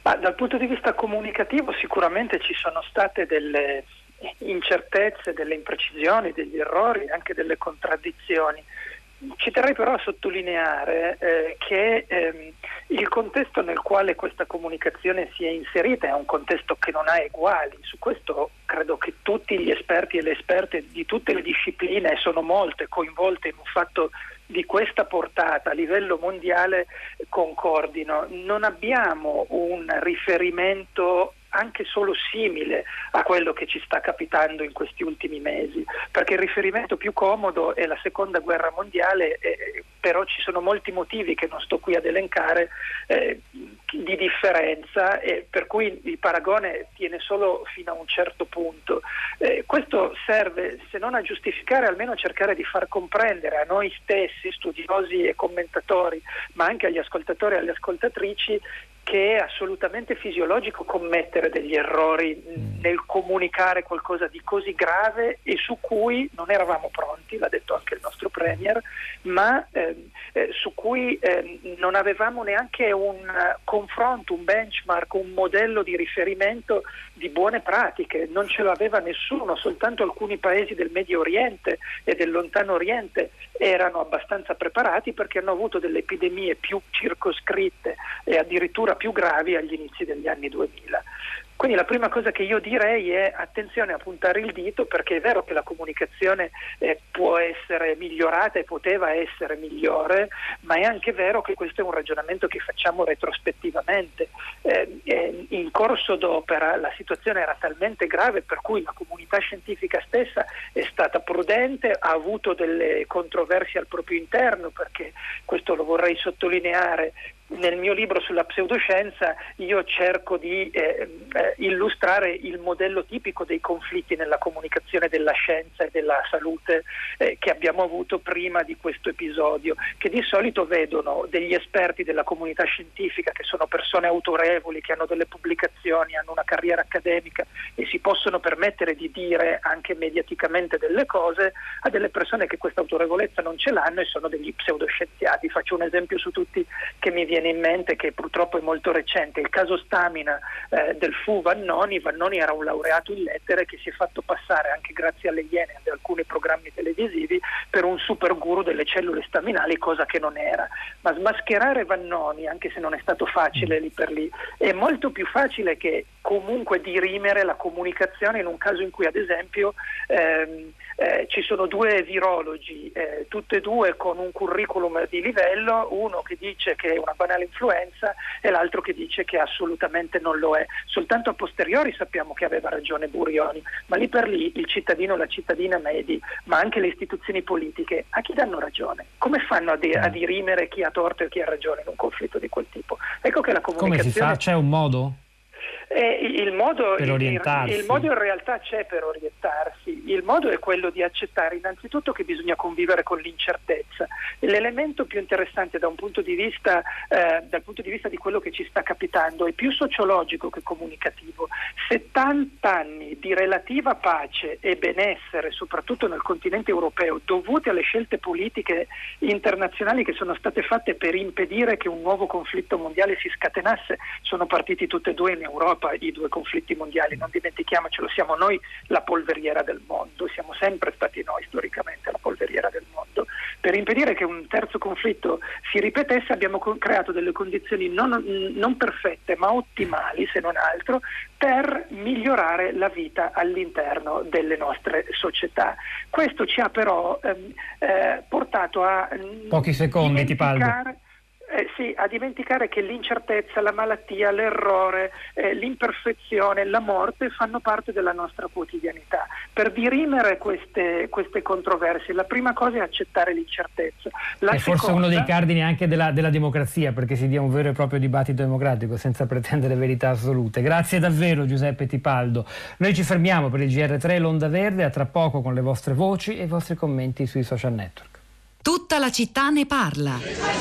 Ma dal punto di vista comunicativo sicuramente ci sono state delle incertezze, delle imprecisioni, degli errori, anche delle contraddizioni. Ci terrei però a sottolineare eh, che ehm, il contesto nel quale questa comunicazione si è inserita è un contesto che non ha eguali. Su questo credo che tutti gli esperti e le esperte di tutte le discipline, sono molte, coinvolte in un fatto di questa portata a livello mondiale, concordino. Non abbiamo un riferimento anche solo simile a quello che ci sta capitando in questi ultimi mesi, perché il riferimento più comodo è la seconda guerra mondiale, eh, però ci sono molti motivi che non sto qui ad elencare eh, di differenza, eh, per cui il paragone tiene solo fino a un certo punto. Eh, questo serve, se non a giustificare, almeno a cercare di far comprendere a noi stessi, studiosi e commentatori, ma anche agli ascoltatori e alle ascoltatrici, che è assolutamente fisiologico commettere degli errori nel comunicare qualcosa di così grave e su cui non eravamo pronti, l'ha detto anche il nostro Premier, ma eh, eh, su cui eh, non avevamo neanche un uh, confronto, un benchmark, un modello di riferimento di buone pratiche. Non ce l'aveva nessuno, soltanto alcuni paesi del Medio Oriente e del Lontano Oriente erano abbastanza preparati, perché hanno avuto delle epidemie più circoscritte e addirittura più gravi agli inizi degli anni duemila. Quindi la prima cosa che io direi è attenzione a puntare il dito, perché è vero che la comunicazione eh, può essere migliorata e poteva essere migliore, ma è anche vero che questo è un ragionamento che facciamo retrospettivamente. Eh, eh, in corso d'opera la situazione era talmente grave per cui la comunità scientifica stessa è stata prudente, ha avuto delle controversie al proprio interno, perché questo lo vorrei sottolineare. Nel mio libro sulla pseudoscienza io cerco di eh, eh, illustrare il modello tipico dei conflitti nella comunicazione della scienza e della salute eh, che abbiamo avuto prima di questo episodio, che di solito vedono degli esperti della comunità scientifica, che sono persone autorevoli, che hanno delle pubblicazioni, hanno una carriera accademica e si possono permettere di dire anche mediaticamente delle cose, a delle persone che questa autorevolezza non ce l'hanno e sono degli pseudoscienziati. Faccio un esempio su tutti che mi viene in mente, che purtroppo è molto recente, il caso Stamina eh, del fu Vannoni. Vannoni era un laureato in lettere che si è fatto passare, anche grazie alle Iene e ad alcuni programmi televisivi, per un super guru delle cellule staminali, cosa che non era. Ma smascherare Vannoni, anche se non è stato facile lì per lì, è molto più facile che comunque dirimere la comunicazione in un caso in cui, ad esempio, ehm, eh, ci sono due virologi, eh, tutte e due con un curriculum di livello, uno che dice che è una banale influenza e l'altro che dice che assolutamente non lo è. Soltanto a posteriori sappiamo che aveva ragione Burioni, ma lì per lì il cittadino, la cittadina medi, ma anche le istituzioni politiche, a chi danno ragione? Come fanno a, di- a dirimere chi ha torto e chi ha ragione in un conflitto di quel tipo? Ecco che la comunicazione... Come si fa? C'è un modo? Eh, il, modo, per orientarsi. Il, il modo in realtà c'è per orientarsi, il modo è quello di accettare innanzitutto che bisogna convivere con l'incertezza. L'elemento più interessante da un punto di vista, eh, dal punto di vista di quello che ci sta capitando è più sociologico che comunicativo. settanta anni di relativa pace e benessere, soprattutto nel continente europeo, dovuti alle scelte politiche internazionali che sono state fatte per impedire che un nuovo conflitto mondiale si scatenasse, sono partiti tutti e due in Europa i due conflitti mondiali, non dimentichiamocelo, siamo noi la polveriera del mondo, siamo sempre stati noi storicamente la polveriera del mondo. Per impedire che un terzo conflitto si ripetesse abbiamo creato delle condizioni non, non perfette ma ottimali, se non altro, per migliorare la vita all'interno delle nostre società. Questo ci ha però ehm, eh, portato a pochi secondi, Tipaldo. Eh, sì, a dimenticare che l'incertezza, la malattia, l'errore, eh, l'imperfezione, la morte fanno parte della nostra quotidianità. Per dirimere queste, queste controversie, la prima cosa è accettare l'incertezza. La è seconda... forse uno dei cardini anche della, della democrazia, perché si dia un vero e proprio dibattito democratico senza pretendere verità assolute. Grazie davvero Giuseppe Tipaldo. Noi ci fermiamo per il G R tre L'Onda Verde, a tra poco con le vostre voci e i vostri commenti sui social network. Tutta la città ne parla.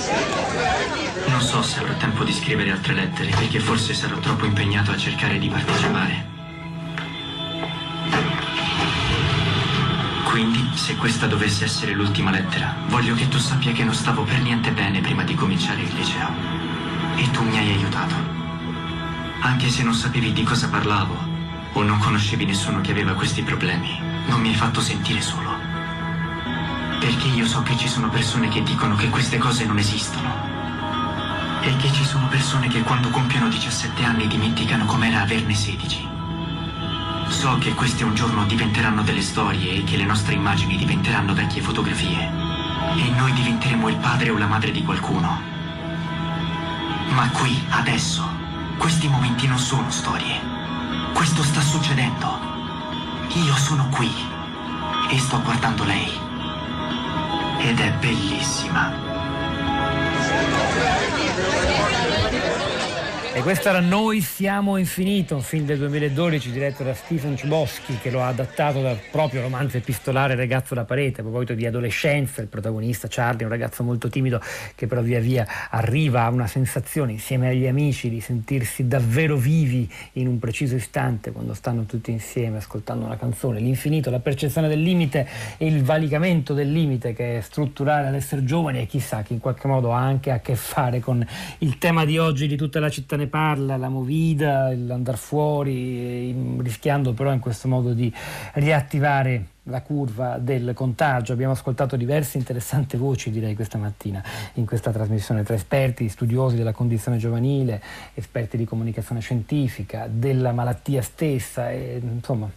Non so se avrò tempo di scrivere altre lettere, perché forse sarò troppo impegnato a cercare di partecipare. Quindi, se questa dovesse essere l'ultima lettera, voglio che tu sappia che non stavo per niente bene prima di cominciare il liceo. E tu mi hai aiutato. Anche se non sapevi di cosa parlavo o non conoscevi nessuno che aveva questi problemi, non mi hai fatto sentire solo. Perché io so che ci sono persone che dicono che queste cose non esistono. E che ci sono persone che quando compiono diciassette anni dimenticano com'era averne sedici. So che queste un giorno diventeranno delle storie e che le nostre immagini diventeranno vecchie fotografie. E noi diventeremo il padre o la madre di qualcuno. Ma qui, adesso, questi momenti non sono storie. Questo sta succedendo. Io sono qui e sto guardando lei. Ed è bellissima. E questo era Noi siamo infinito, un film del duemiladodici diretto da Stephen Chbosky, che lo ha adattato dal proprio romanzo epistolare Ragazzo da parete, a proposito di adolescenza. Il protagonista Charlie, un ragazzo molto timido che però via via arriva a una sensazione insieme agli amici di sentirsi davvero vivi in un preciso istante, quando stanno tutti insieme ascoltando una canzone. L'infinito, la percezione del limite e il valicamento del limite che è strutturale all'essere giovani, e chissà che in qualche modo ha anche a che fare con il tema di oggi di Tutta la città ne parla, la movida, l'andar fuori, rischiando però in questo modo di riattivare la curva del contagio. Abbiamo ascoltato diverse interessanti voci, direi, questa mattina in questa trasmissione, tra esperti, studiosi della condizione giovanile, esperti di comunicazione scientifica, della malattia stessa, e insomma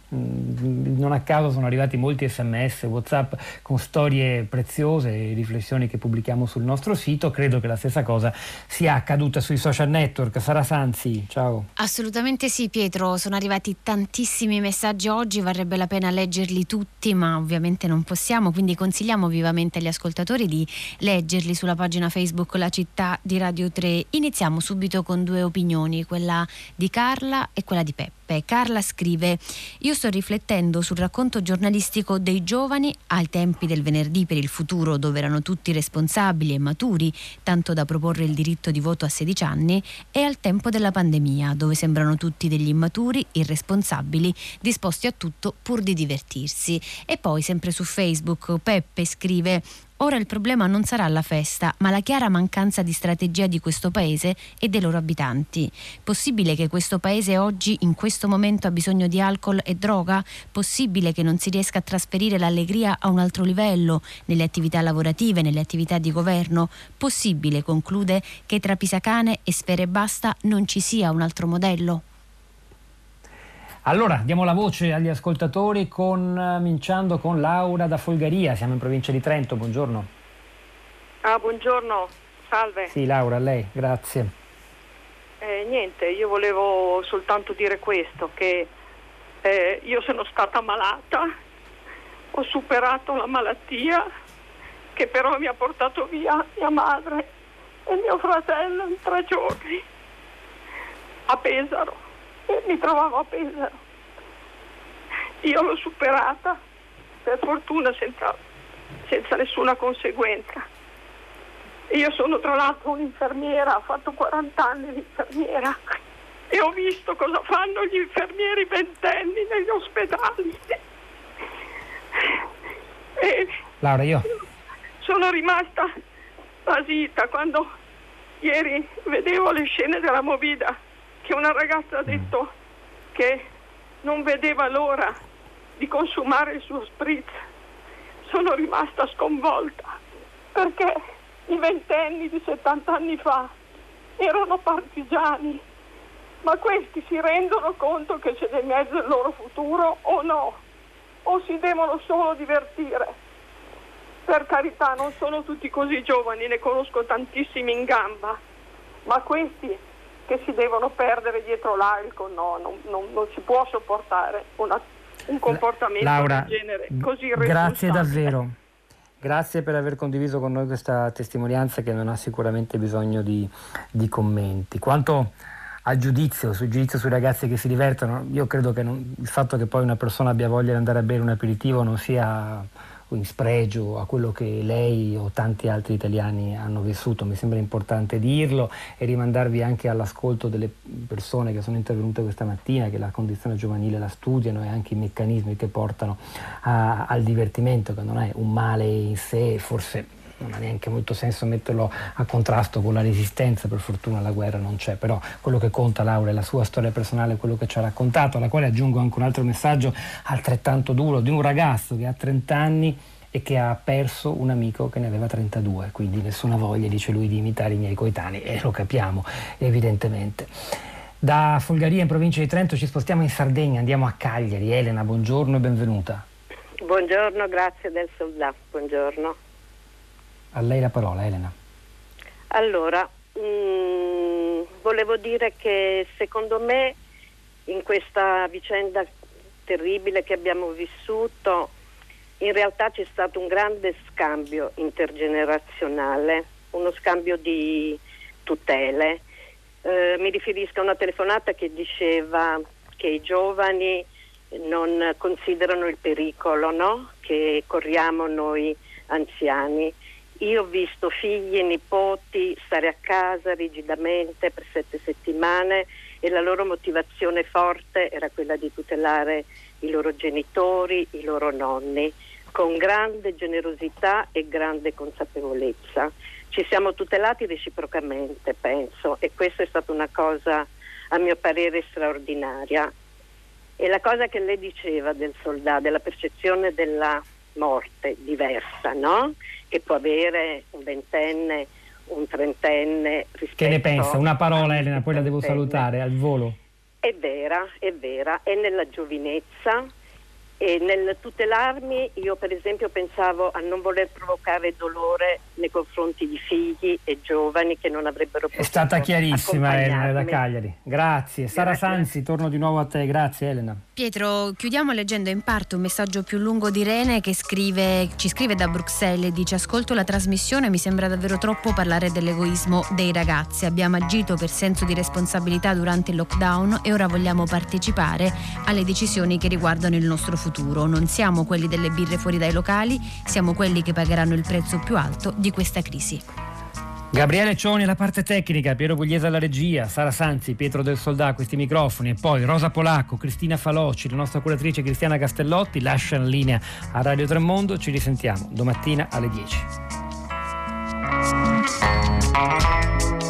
non a caso sono arrivati molti sms, WhatsApp con storie preziose e riflessioni che pubblichiamo sul nostro sito. Credo che la stessa cosa sia accaduta sui social network. Sara Sanzi, ciao. Assolutamente sì, Pietro, sono arrivati tantissimi messaggi oggi, varrebbe la pena leggerli tutti, ma ovviamente non possiamo, quindi consigliamo vivamente agli ascoltatori di leggerli sulla pagina Facebook La Città di Radio tre. Iniziamo subito con due opinioni, quella di Carla e quella di Peppe. Carla scrive: io sto riflettendo sul racconto giornalistico dei giovani ai tempi del venerdì per il futuro, dove erano tutti responsabili e maturi, tanto da proporre il diritto di voto a sedici anni, e al tempo della pandemia, dove sembrano tutti degli immaturi, irresponsabili, disposti a tutto pur di divertirsi. E poi, sempre su Facebook, Peppe scrive: ora il problema non sarà la festa, ma la chiara mancanza di strategia di questo paese e dei loro abitanti. Possibile che questo paese oggi, in questo momento, ha bisogno di alcol e droga? Possibile che non si riesca a trasferire l'allegria a un altro livello, nelle attività lavorative, nelle attività di governo? Possibile, conclude, che tra Pisacane e Sfere Basta non ci sia un altro modello? Allora, diamo la voce agli ascoltatori, cominciando con Laura da Folgaria, siamo in provincia di Trento, buongiorno. Ah, buongiorno, salve. Sì, Laura, a lei, grazie. Eh, niente, io volevo soltanto dire questo, che eh, io sono stata malata, ho superato la malattia, che però mi ha portato via mia madre e mio fratello in tre giorni a Pesaro. E mi trovavo a Pesaro. Io l'ho superata, per fortuna senza, senza nessuna conseguenza. Io sono tra l'altro un'infermiera, ho fatto quaranta anni di infermiera e ho visto cosa fanno gli infermieri ventenni negli ospedali. E Laura, io sono rimasta basita quando ieri vedevo le scene della movida, che una ragazza ha detto che non vedeva l'ora di consumare il suo spritz. Sono rimasta sconvolta, perché i ventenni di settanta anni fa erano partigiani, ma questi si rendono conto che c'è nel mezzo il loro futuro o no? O si devono solo divertire? Per carità, non sono tutti così giovani, ne conosco tantissimi in gamba, ma questi che si devono perdere dietro l'alcol, no, non, non, non si può sopportare una, un comportamento Laura, del genere così irresponsabile. Grazie davvero, grazie per aver condiviso con noi questa testimonianza che non ha sicuramente bisogno di, di commenti. Quanto al giudizio, sul giudizio sui ragazzi che si divertono, io credo che non, il fatto che poi una persona abbia voglia di andare a bere un aperitivo non sia in spregio a quello che lei o tanti altri italiani hanno vissuto. Mi sembra importante dirlo e rimandarvi anche all'ascolto delle persone che sono intervenute questa mattina, che la condizione giovanile la studiano, e anche i meccanismi che portano a, al divertimento, che non è un male in sé, forse non ha neanche molto senso metterlo a contrasto con la resistenza, per fortuna la guerra non c'è, però quello che conta, Laura, è la sua storia personale, quello che ci ha raccontato, alla quale aggiungo anche un altro messaggio altrettanto duro di un ragazzo che ha trenta anni e che ha perso un amico che ne aveva trentadue, quindi nessuna voglia, dice lui, di imitare i miei coetanei, e lo capiamo evidentemente. Da Folgaria, in provincia di Trento, ci spostiamo in Sardegna, andiamo a Cagliari. Elena, buongiorno e benvenuta. Buongiorno, grazie del Soldà, buongiorno. A lei la parola, Elena. Allora, mh, volevo dire che secondo me in questa vicenda terribile che abbiamo vissuto, in realtà c'è stato un grande scambio intergenerazionale, uno scambio di tutele. Eh, mi riferisco a una telefonata che diceva che i giovani non considerano il pericolo, no? Che corriamo noi anziani. Io ho visto figli e nipoti stare a casa rigidamente per sette settimane e la loro motivazione forte era quella di tutelare i loro genitori, i loro nonni, con grande generosità e grande consapevolezza. Ci siamo tutelati reciprocamente, penso, e questa è stata una cosa, a mio parere, straordinaria. E la cosa che lei diceva del soldato, della percezione della morte diversa, no? Che può avere un ventenne, un trentenne rispetto. Che ne pensa? Una parola, Elena, poi la devo salutare al volo. È vera, è vera, è nella giovinezza e nel tutelarmi. Io per esempio pensavo a non voler provocare dolore nei confronti di figli e giovani che non avrebbero potuto. È stata chiarissima, Elena da accompagnarmi. Cagliari. Grazie. Sara Grazie. Sanzi, torno di nuovo a te. Grazie, Elena. Pietro, chiudiamo leggendo in parte un messaggio più lungo di Irene che scrive, ci scrive da Bruxelles e dice: ascolto la trasmissione, mi sembra davvero troppo parlare dell'egoismo dei ragazzi. Abbiamo agito per senso di responsabilità durante il lockdown e ora vogliamo partecipare alle decisioni che riguardano il nostro futuro. Non siamo quelli delle birre fuori dai locali, siamo quelli che pagheranno il prezzo più alto di questa crisi. Gabriele Cioni alla parte tecnica, Piero Pugliese alla regia, Sara Sanzi, Pietro del Soldà a questi microfoni e poi Rosa Polacco, Cristina Faloci, la nostra curatrice Cristiana Castellotti lascia la linea a Radio Tremondo. Ci risentiamo domattina alle dieci.